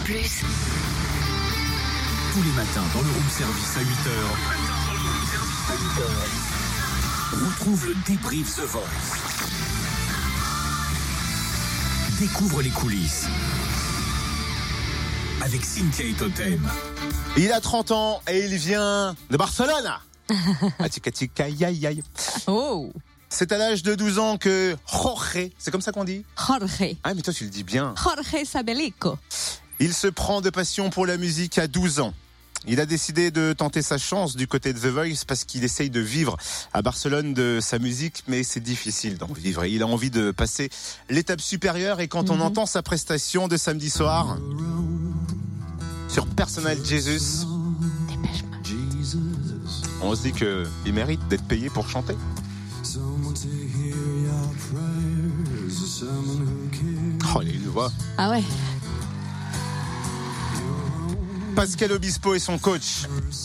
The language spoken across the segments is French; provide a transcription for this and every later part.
Plus. Tous les matins dans le room service à 8h. Retrouve le débrief The Voice. Découvre les coulisses avec Cynthia et Totem. Il a 30 ans et il vient de Barcelone. Atika, aïe, aïe. Oh. C'est à l'âge de 12 ans que Jorge, c'est comme ça qu'on dit ? Jorge. Ah mais toi tu le dis bien. Jorge Sabellico. Il se prend de passion pour la musique à 12 ans. Il a décidé de tenter sa chance du côté de The Voice parce qu'il essaye de vivre à Barcelone de sa musique, mais c'est difficile d'en vivre. Il a envie de passer l'étape supérieure et quand on entend sa prestation de samedi soir sur Personal Jesus, on se dit qu'il mérite d'être payé pour chanter. Oh, il le voit. Ah ouais. Pascal Obispo est son coach.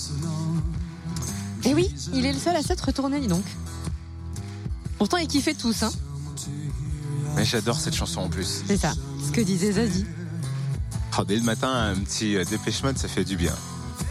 Et oui, il est le seul à s'être retourné, dis donc. Pourtant, il kiffait tous, hein. Mais j'adore cette chanson en plus. C'est ça, ce que disait Zazie. Oh, dès le matin, un petit Dépêche Mode, ça fait du bien.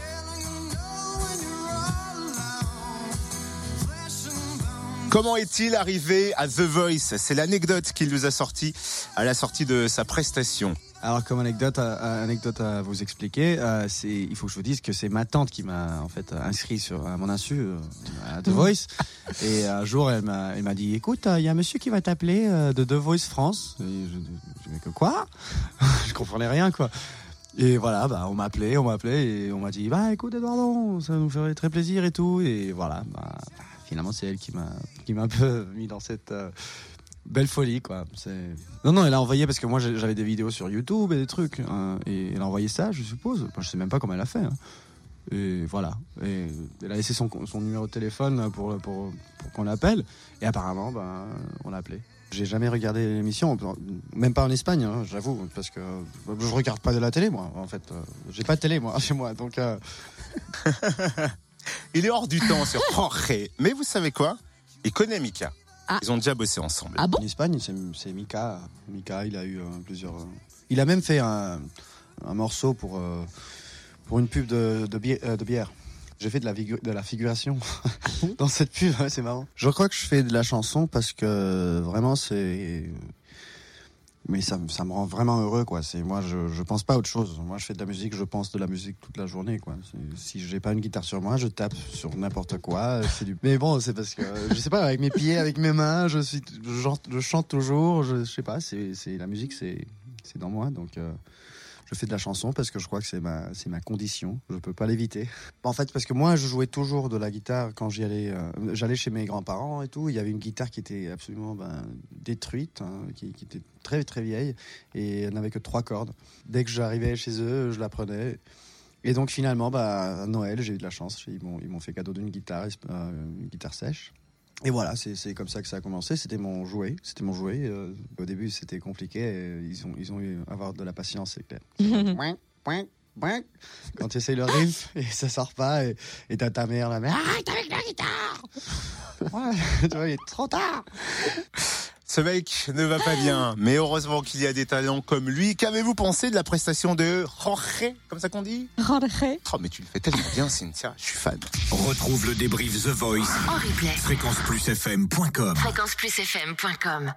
Comment est-il arrivé à The Voice ? C'est l'anecdote qu'il nous a sortie à la sortie de sa prestation. Alors, comme anecdote à vous expliquer, il faut que je vous dise que c'est ma tante qui m'a en fait inscrit à mon insu à The Voice. Et un jour, elle m'a dit, écoute, il y a un monsieur qui va t'appeler de The Voice France. Et je dis, que quoi ? Je comprenais rien, quoi. Et voilà, on m'a appelé et on m'a dit, écoute, Eduardo, ça nous ferait très plaisir et tout. Et voilà, finalement, c'est elle qui m'a un peu mis dans cette belle folie, quoi. Non, elle a envoyé, parce que moi j'avais des vidéos sur YouTube et des trucs, et elle a envoyé ça, je suppose. Je sais même pas comment elle a fait. Et voilà. Et elle a laissé son numéro de téléphone pour qu'on l'appelle. Et apparemment, on l'a appelé. J'ai jamais regardé l'émission, même pas en Espagne, j'avoue, parce que je regarde pas de la télé, moi. En fait, j'ai pas de télé, moi, chez moi, donc. Il est hors du temps sur Jorge. Mais vous savez quoi ? Il connaît Mika. Ah. Ils ont déjà bossé ensemble. Ah bon ? En Espagne, c'est Mika. Mika, il a eu plusieurs. Il a même fait un morceau pour une pub de bière. J'ai fait de la figuration dans cette pub. Ouais, c'est marrant. Je crois que je fais de la chanson parce que vraiment mais ça me rend vraiment heureux, quoi. Moi, je pense pas à autre chose. Moi, je fais de la musique, je pense de la musique toute la journée, quoi. Si j'ai pas une guitare sur moi, je tape sur n'importe quoi. Mais bon, c'est parce que je sais pas, avec mes pieds, avec mes mains, je chante toujours. Je sais pas, c'est la musique, c'est dans moi, donc. Je fais de la chanson parce que je crois que c'est ma condition. Je peux pas l'éviter. En fait, parce que moi, je jouais toujours de la guitare quand j'y allais. J'allais chez mes grands-parents et tout. Il y avait une guitare qui était absolument détruite, qui était très très vieille et elle n'avait que 3 cordes. Dès que j'arrivais chez eux, je la prenais. Et donc finalement, à Noël, j'ai eu de la chance. Ils m'ont fait cadeau d'une guitare, une guitare sèche. Et voilà, c'est comme ça que ça a commencé. C'était mon jouet. Au début, c'était compliqué. Ils ont eu à avoir de la patience, c'est clair. Quand tu essayes le riff et ça sort pas, et t'as ta mère là, arrête avec la guitare. Ouais, tu vois, il est trop tard. Ce mec ne va pas bien, mais heureusement qu'il y a des talents comme lui. Qu'avez-vous pensé de la prestation de Jorge, comme ça qu'on dit ? Jorge. Oh, mais tu le fais tellement bien, Cynthia, je suis fan. Retrouve le débrief The Voice En replay. fréquenceplusfm.com. fréquenceplusfm.com